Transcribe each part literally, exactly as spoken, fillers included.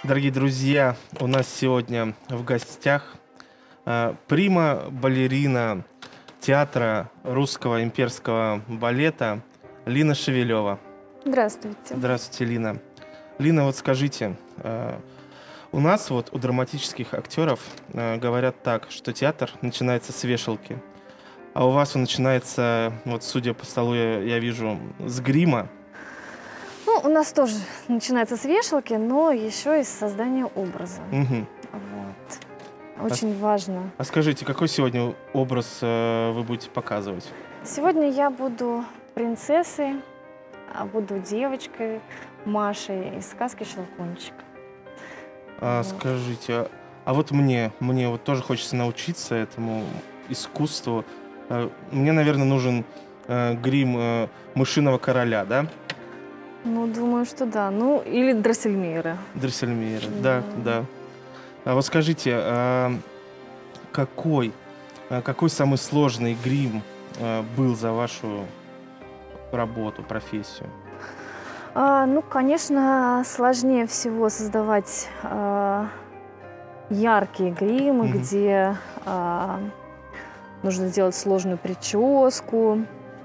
Дорогие друзья, у нас сегодня в гостях э, прима-балерина театра русского имперского балета Лина Шевелева. Здравствуйте. Здравствуйте, Лина. Лина, вот скажите, э, у нас вот у драматических актеров э, говорят так, что театр начинается с вешалки, а у вас он начинается, вот судя по столу, я, я вижу, с грима. Ну, у нас тоже начинается с вешалки, но еще и с создания образа. Угу. Вот. Очень а, важно. А скажите, какой сегодня образ э, вы будете показывать? Сегодня я буду принцессой, а буду девочкой Машей из сказки «Щелкунчик». А, вот. Скажите, а, а вот мне, мне вот тоже хочется научиться этому искусству. А, мне, наверное, нужен э, грим э, мышиного короля, да? Ну, думаю, что да. Ну, или Дроссельмейра. Дроссельмейра, да, да. да. А вот скажите, а какой, а какой самый сложный грим а, был за вашу работу, профессию? А, ну, конечно, сложнее всего создавать а, яркие гримы, mm-hmm. где а, нужно сделать сложную прическу.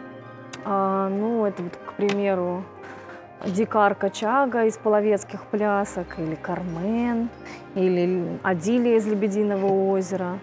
А, ну, это вот, к примеру, дикарка Чага из половецких плясок, или Кармен, или Адилия из Лебединого озера.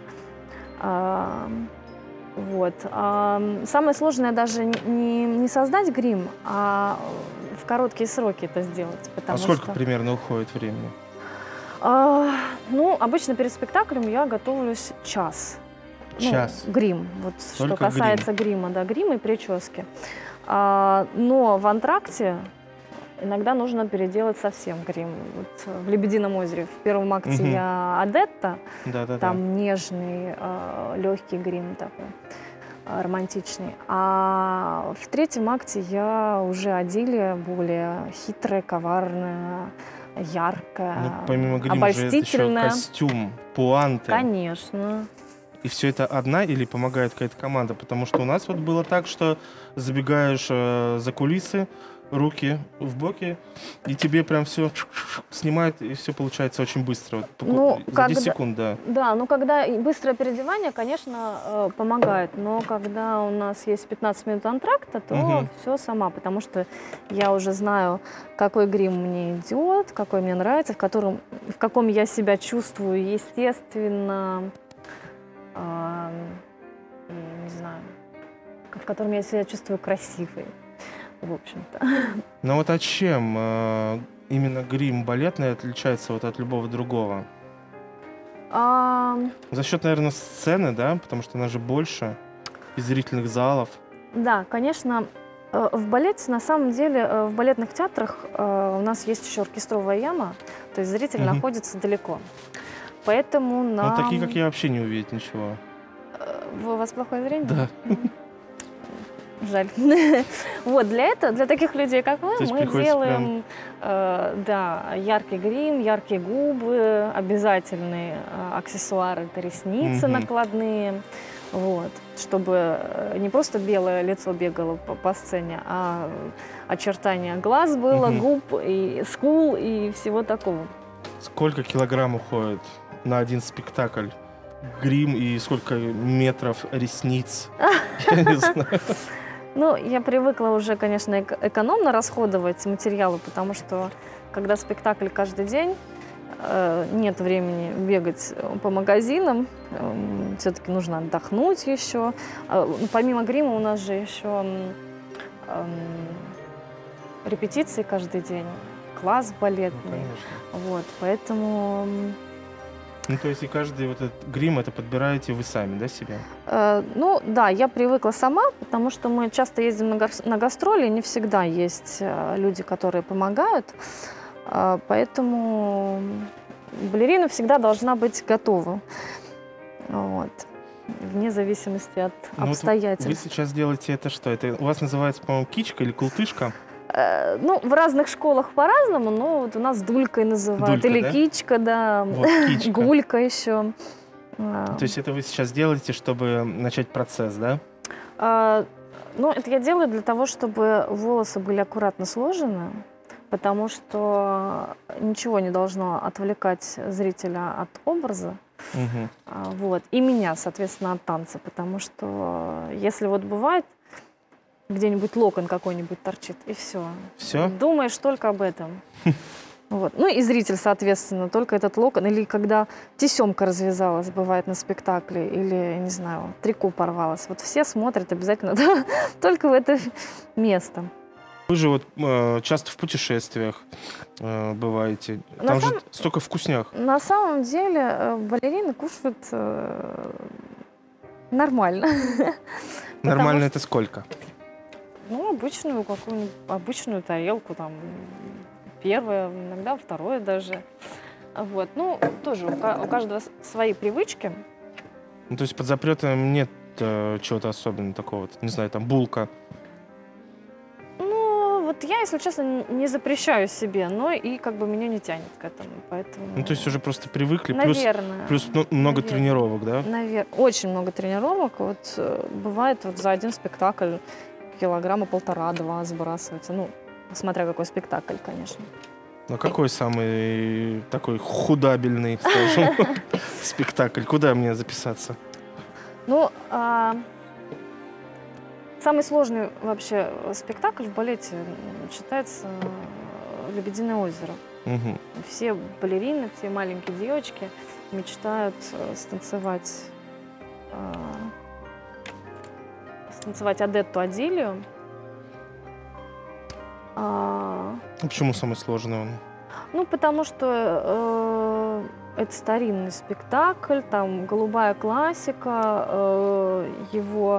А, вот. А самое сложное даже не, не создать грим, а в короткие сроки это сделать. А сколько что, примерно уходит времени? А, ну, обычно перед спектаклем я готовлюсь час. Час? Ну, грим. Вот, Только что касается грим. грима, да, грима и прически. А, но в антракте иногда нужно переделать совсем грим. Вот в «Лебедином озере» в первом акте угу. я Адетта, да, да, там да. нежный, э, легкий грим такой, э, романтичный. А в третьем акте я уже Адилия, более хитрая, коварная, яркая, ну, помимо грима обольстительная. Же еще костюм, пуанты. Конечно. И все это одна или помогает какая-то команда? Потому что у нас вот было так, что забегаешь э, за кулисы, руки в боки, и тебе прям все снимает, и все получается очень быстро. Вот, ну, за когда, десять секунд, да. Да, ну когда быстрое переодевание, конечно, э, помогает, но когда у нас есть пятнадцать минут антракта, то угу. все сама, потому что я уже знаю, какой грим мне идет, какой мне нравится, в, котором, в каком я себя чувствую естественно, э, не знаю, в котором я себя чувствую красивой. В общем-то. Ну вот а чем э, именно грим балетный отличается вот от любого другого? А... За счет, наверное, сцены, да? Потому что она же больше, и зрительных залов. Да, конечно. В балете, на самом деле, в балетных театрах у нас есть еще оркестровая яма, то есть зритель угу. находится далеко. Поэтому нам... Ну такие, как я, вообще не увидят ничего. У вас плохое зрение? Да. Жаль. Вот, для этого, для таких людей, как вы, мы делаем прям... э, да, яркий грим, яркие губы, обязательные э, аксессуары, это ресницы mm-hmm. накладные, вот, чтобы не просто белое лицо бегало по, по сцене, а очертания глаз было, mm-hmm. губ, и скул, и всего такого. Сколько килограмм уходит на один спектакль? Грим и сколько метров ресниц? Я не знаю. Ну, я привыкла уже, конечно, эк- экономно расходовать материалы, потому что, когда спектакль каждый день, э, нет времени бегать по магазинам, э, все-таки нужно отдохнуть еще. Э, помимо грима у нас же еще э, репетиции каждый день, класс балетный. Ну, вот, поэтому... Ну, то есть и каждый вот этот грим, это подбираете вы сами, да, себе? Э, ну, да, я привыкла сама, потому что мы часто ездим на, га- на гастроли, не всегда есть э, люди, которые помогают, э, поэтому балерина всегда должна быть готова, вот, вне зависимости от ну, обстоятельств. Вот вы сейчас делаете это что? Это у вас называется, по-моему, кичка или култышка? Ну, в разных школах по-разному, но вот у нас дулькой называют, Дулька, или да? кичка, да, вот, кичка. Гулька еще. То есть это вы сейчас делаете, чтобы начать процесс, да? А, ну, это я делаю для того, чтобы волосы были аккуратно сложены, потому что ничего не должно отвлекать зрителя от образа. Мгм. А, Вот. И меня, соответственно, от танца, потому что если вот бывает где-нибудь локон какой-нибудь торчит, и все. Все? Думаешь только об этом. Вот. Ну и зритель, соответственно, только этот локон. Или когда тесемка развязалась, бывает на спектакле, или, я не знаю, трико порвалось. Вот все смотрят обязательно да, только в это место. Вы же вот э, часто в путешествиях э, бываете. На Там же самом- столько вкусняк. На самом деле э, балерины кушают э, нормально. Нормально это сколько? Ну, обычную какую-нибудь, обычную тарелку, там, первое, иногда второе даже. Вот. Ну, тоже у, ка- у каждого с- свои привычки. Ну, то есть под запретом нет э, чего-то особенного такого. Не знаю, там булка. Ну, вот я, если честно, н- не запрещаю себе, но и как бы меня не тянет к этому, поэтому... Ну, то есть уже просто привыкли. Плюс, Наверное. плюс ну, много Наверное. тренировок, да? Навер- Очень много тренировок. Вот э, бывает вот за один спектакль килограмма полтора-два сбрасывается. Ну, смотря какой спектакль, конечно. А какой самый такой худабельный, скажем, спектакль? Куда мне записаться? Ну, а, самый сложный вообще спектакль в балете м, считается э, «Лебединое озеро». Мгм. Все балерины, все маленькие девочки мечтают э, станцевать, э, станцевать Адетту Адилию. А, А почему самый сложный он? Ну, потому что э, это старинный спектакль, там голубая классика, э, его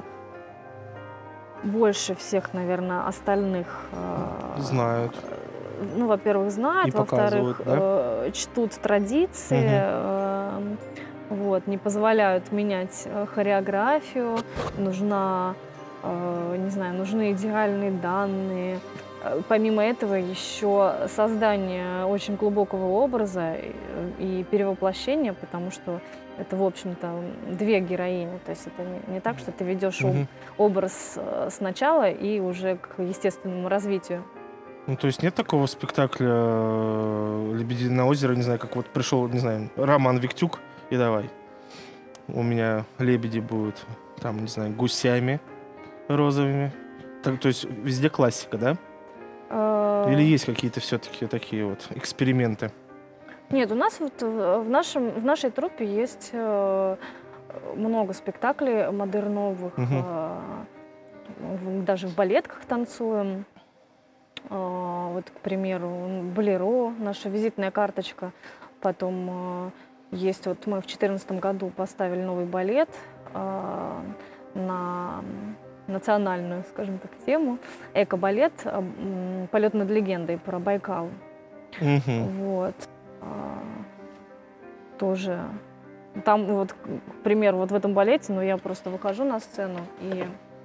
больше всех, наверное, остальных э, Знают. ну, во-первых, знают, И показывают, во-вторых, да? э, чтут традиции, Мгм. э, вот, не позволяют менять э, хореографию, нужна, э, не знаю, нужны идеальные данные. Э, Помимо этого еще создание очень глубокого образа и, и перевоплощение, потому что это, в общем-то, две героини. То есть это не, не так, что ты ведешь об- Мгм. образ э, сначала и уже к естественному развитию. Ну, то есть нет такого спектакля э, «Лебединое озеро», не знаю, как вот пришел, не знаю, Роман Виктюк, и давай. У меня лебеди будут, там, не знаю, гусями розовыми. Так, то есть везде классика, да? Э, Или есть какие-то все-таки такие вот эксперименты? Нет, у нас вот в, в нашем, в нашей труппе есть э, много спектаклей модерновых, Мгм. э, в- даже в балетках танцуем. Э, вот, к примеру, «Болеро», наша визитная карточка. Потом э, есть, вот мы в две тысячи четырнадцатом году поставили новый балет э, на национальную, скажем так, тему. Эко-балет э, м, «Полет над легендой» про Байкал. Мгм. Вот. А, Тоже. Там вот, к примеру, вот в этом балете, ну, я просто выхожу на сцену и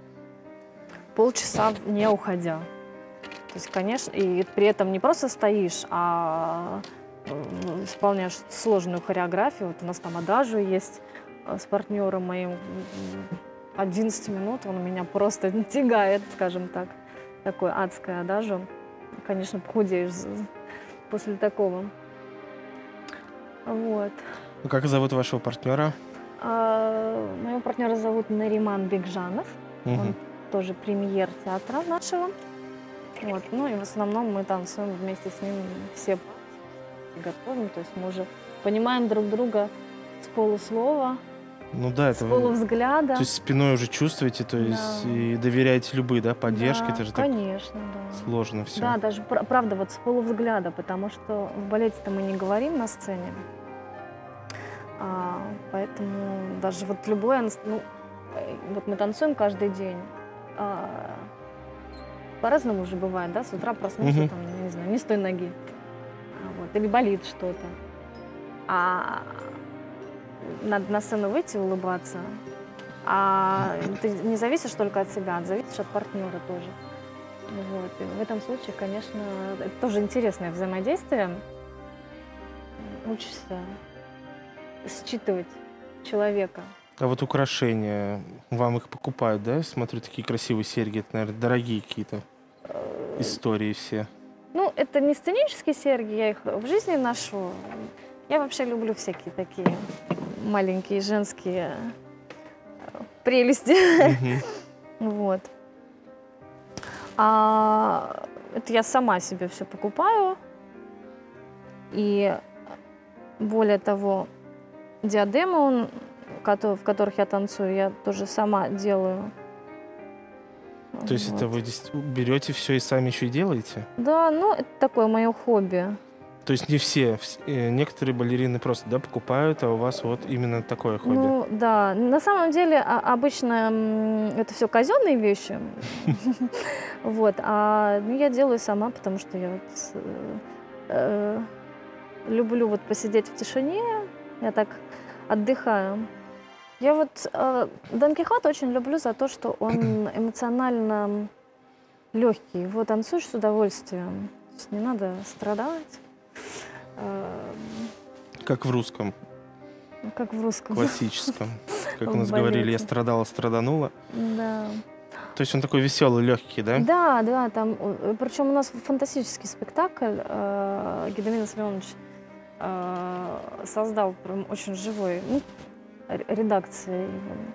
полчаса не уходя. То есть, конечно, и при этом не просто стоишь, а э, исполняешь сложную хореографию. Вот у нас там адажу есть э, с партнером моим. М, одиннадцать минут он меня просто тягает, скажем так. Такое адское адажу. Конечно, похудеешь з- после такого. Вот. А как зовут вашего партнера? А, моего партнера зовут Нариман Бекжанов. Он Мгм. тоже премьер театра нашего. Вот. Ну и в основном мы танцуем вместе с ним все готовим. То есть мы уже понимаем друг друга с полуслова, Ну да, с это вы- полувзгляда. то есть спиной уже чувствуете, то есть Да. и доверяете любой, да, поддержке, Да, это же так конечно, да. сложно все. Да, даже пр- правда, вот с полувзгляда, потому что в балете-то мы не говорим на сцене. А, поэтому даже вот любое, нас- ну, э, вот мы танцуем каждый день. а, по-разному уже бывает, да, с утра проснулся, Мгм. там, не знаю, не с той ноги. А, вот, или болит что-то. А надо на сцену выйти и улыбаться. А ты не зависишь только от себя, а зависишь от партнера тоже. Вот. И в этом случае, конечно, это тоже интересное взаимодействие. Учишься считывать человека. А вот украшения, вам их покупают, да? Я смотрю, такие красивые серьги, это, наверное, дорогие какие-то истории все. Ну, это не сценические серьги, я их в жизни ношу. Я вообще люблю всякие такие маленькие женские прелести. Вот. А это я сама себе все покупаю. И более того, диадемы, в которых я танцую, я тоже сама делаю. То есть Вот. это вы берете все и сами еще и делаете? Да, ну это такое мое хобби. То есть не все, некоторые балерины просто, да, покупают, а у вас вот именно такое хобби? Ну да, на самом деле обычно это все казенные вещи, вот, а я делаю сама, потому что я люблю вот посидеть в тишине, я так отдыхаю. Я вот э, Дон Кихот очень люблю за то, что он эмоционально легкий. Его танцуешь с удовольствием. То есть не надо страдать. Э, как в русском. Как в русском. Классическом. Как у нас говорили, я страдала, страданула. Да. То есть он такой веселый, легкий, да? Да, да. Там, причем у нас фантастический спектакль. Э, Гедеминас Леонович э, создал прям очень живой. Ну, редакции.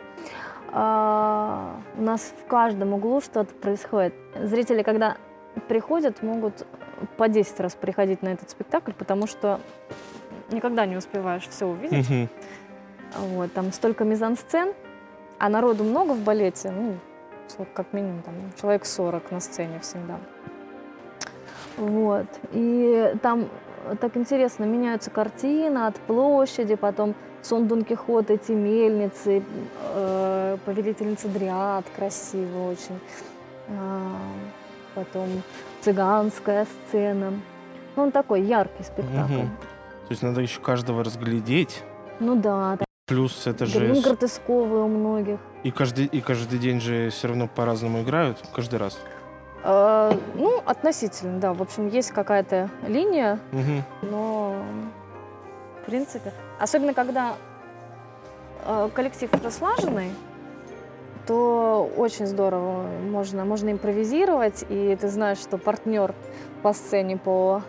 А, у нас в каждом углу что-то происходит. Зрители, когда приходят, могут по десять раз приходить на этот спектакль, потому что никогда не успеваешь все увидеть. Uh-huh. Вот, там столько мизансцен, а народу много в балете, ну, как минимум там, человек сорок на сцене всегда. Вот. И там так интересно меняются картины от площади, потом сон Дон Кихота, эти мельницы, э, повелительница Дриад, красиво очень. А, потом цыганская сцена. Ну, он такой яркий спектакль. Угу. То есть надо еще каждого разглядеть. Ну да. Плюс это же... Грим гротесковый у многих. И каждый, и каждый день же все равно по-разному играют, каждый раз. Э, ну, относительно, да. В общем, есть какая-то линия, угу. но в принципе... Особенно, когда э, коллектив уже слаженный, то очень здорово. Можно, можно импровизировать, и ты знаешь, что партнер по сцене, по,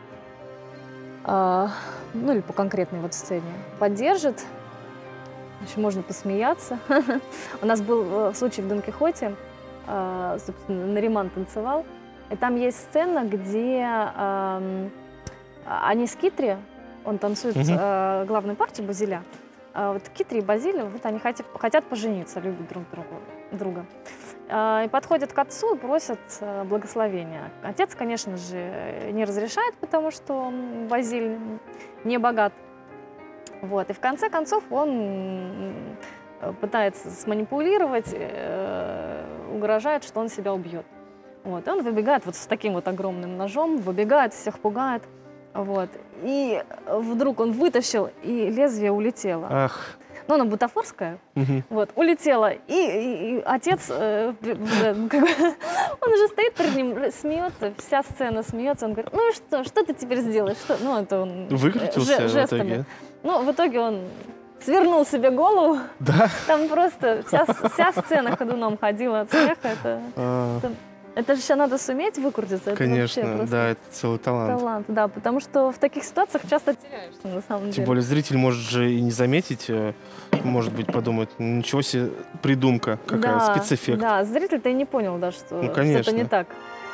э, ну или по конкретной вот сцене поддержит. Еще можно посмеяться. У нас был случай в Дон Кихоте, э, собственно, Нариман танцевал, и там есть сцена, где э, они с Китри, он танцует uh-huh. э, главную партию Базиля. А вот Китри и Базиль, вот они хотят, хотят пожениться, любят друг другу, друга. А, и подходят к отцу и просят э, благословения. Отец, конечно же, не разрешает, потому что Базиль не богат. Вот. И в конце концов он пытается сманипулировать, э, угрожает, что он себя убьет. Вот. И он выбегает вот с таким вот огромным ножом, выбегает, всех пугает. Вот. И вдруг он вытащил, и лезвие улетело. Ах. Ну, она бутафорская. Угу. Вот, улетела. И, и, и отец, э, уже, как бы, он уже стоит перед ним, смеется, вся сцена смеется. Он говорит, ну и что, что ты теперь сделаешь? Что? Ну, это он выкрутился ж, жестами. В итоге. Ну, в итоге он свернул себе голову. Да? Там просто вся, вся сцена ходуном ходила от смеха. Это, а... это, это же еще надо суметь выкрутиться. Конечно, это вообще да, это целый талант. Талант, да, потому что в таких ситуациях часто теряешься, на самом деле. Тем более зритель может же и не заметить, может быть, подумать, ничего себе, придумка, какая, да, спецэффект. Да, зритель-то и не понял, да, что ну, что-то не так.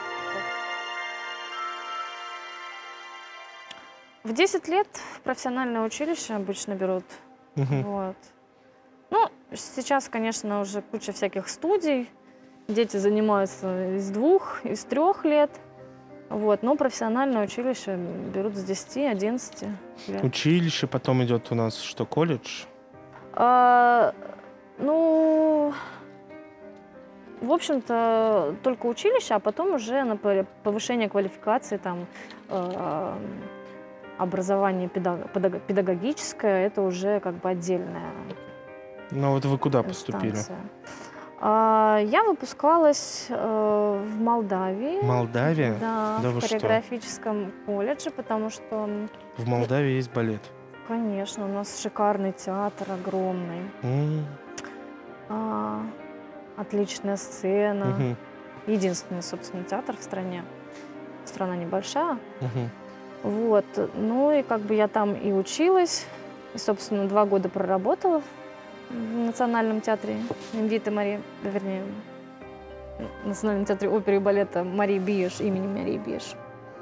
В десять лет в профессиональное училище обычно берут. Угу. Вот. Ну, сейчас, конечно, уже куча всяких студий. Дети занимаются из двух, из трех лет. Вот. Но профессиональное училище берут с десяти-одиннадцати лет. Училище, потом идет у нас что, колледж? А, ну, в общем-то, только училище, а потом уже на повышение квалификации, там, э, образование педагогическое, это уже как бы отдельная. Ну вот вы куда поступили? А, я выпускалась э, в Молдавии. Молдавия? Да, да в хореографическом что? колледже, потому что... В Молдавии есть балет? Конечно, у нас шикарный театр, огромный. Mm. А, отличная сцена. Mm-hmm. Единственный, собственно, театр в стране. страна небольшая. Мгм. Вот. Ну и как бы я там и училась, и, собственно, два года проработала в Национальном театре Инвиты Марии, вернее, в Национальном театре оперы и балета Марии Биеш, имени Марии Биеш.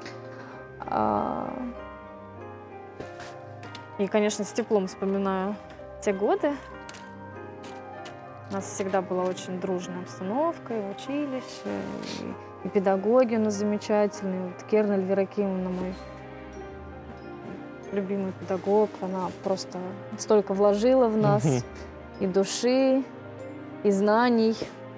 А, И, конечно, с теплом вспоминаю те годы. У нас всегда была очень дружная обстановка, и в училище, и, и педагоги у нас замечательные. Вот Кернель Веракимовна, мой любимый педагог, она просто столько вложила в нас Мгм. и души, и знаний.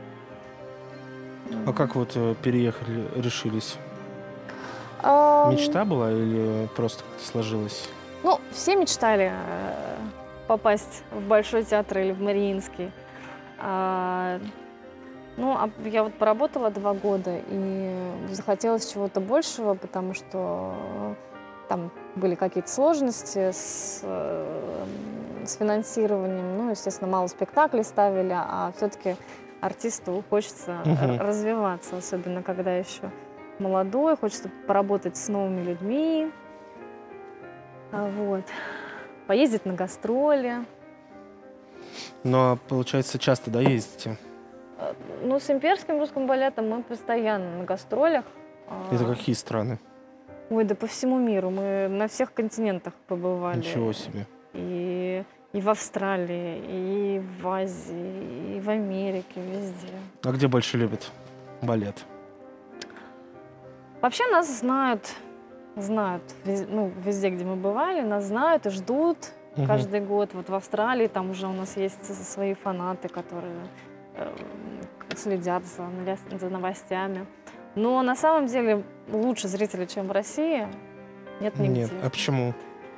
А как вот э, переехали, решились? А, Мечта была или просто как-то сложилось? Ну, все мечтали э, попасть в Большой театр или в Мариинский. А, ну, а я вот поработала два года, и захотелось чего-то большего, потому что там были какие-то сложности с, э, с финансированием. Ну, естественно, мало спектаклей ставили, а все-таки артисту хочется Мгм. р- развиваться, особенно когда еще молодой, хочется поработать с новыми людьми. А, Вот. Поездить на гастроли. Ну, а получается, часто, да, ездите? Э, Ну, с имперским русским балетом мы постоянно на гастролях. А, Это какие страны? Ой, да по всему миру. Мы на всех континентах побывали. Ничего себе. И, и в Австралии, и в Азии, и в Америке, везде. А где больше любят балет? Вообще нас знают, знают, вез- ну, везде, где мы бывали, нас знают и ждут Мгм. каждый год. Вот в Австралии там уже у нас есть с- свои фанаты, которые э, следят за, новос- за новостями. Но на самом деле лучше зрителей, чем в России, нет нигде. Нет. А почему?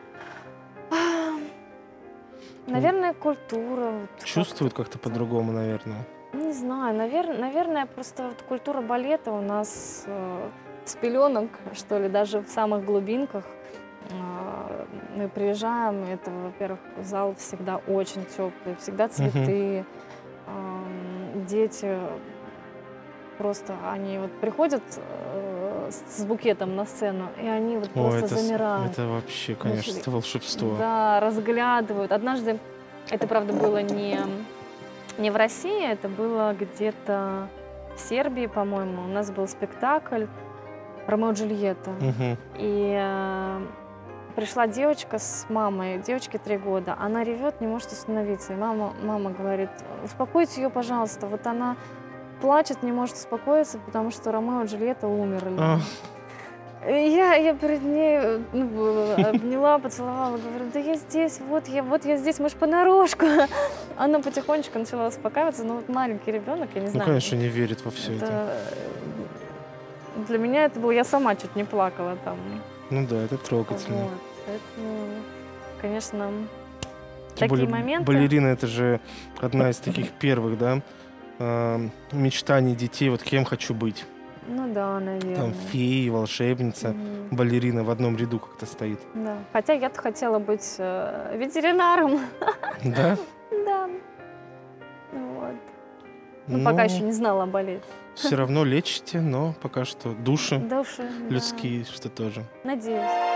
Наверное, культура. вот Чувствуют как-то. как-то по-другому, наверное. Не знаю, навер- наверное, просто вот культура балета у нас э, с пеленок, что ли, даже в самых глубинках. Э, мы приезжаем, это, во-первых, зал всегда очень теплый, всегда цветы, эм, дети просто, они вот приходят э, с с букетом на сцену, и они вот О, просто это, с- замирают. это вообще, конечно, Начали- это волшебство. Да, разглядывают. Однажды, это, правда, было не, не в России, это было где-то в Сербии, по-моему. У нас был спектакль «Ромео и Джульетта». Мгм. И э, пришла девочка с мамой, девочке три года. Она ревет, не может остановиться. И мама, мама говорит: успокойте ее, пожалуйста. Вот она плачет, не может успокоиться, потому что Ромео и Джульетта умерли. А. И Я, я перед ней э, ну, обняла, поцеловала, говорю: да я здесь, вот я, вот я здесь, мы ж понарошку. Она потихонечку начала успокаиваться, но вот маленький ребенок, я не Ну, знаю. конечно, не верит во все это. это, э, Для меня это было, я сама чуть не плакала там. Ну да, это трогательно. Вот. Поэтому, конечно, Тем такие более, моменты. балерина — это же одна из таких первых, да, э, мечтаний детей. Вот кем хочу быть. Ну да, наверное. Там феи, волшебница, Мгм. балерина в одном ряду как-то стоит. Да. Хотя я-то хотела быть э, ветеринаром. Да? Да. Вот. Ну, пока еще не знала о балете. Все равно лечите, но пока что души Души. да. людские, что тоже. Надеюсь.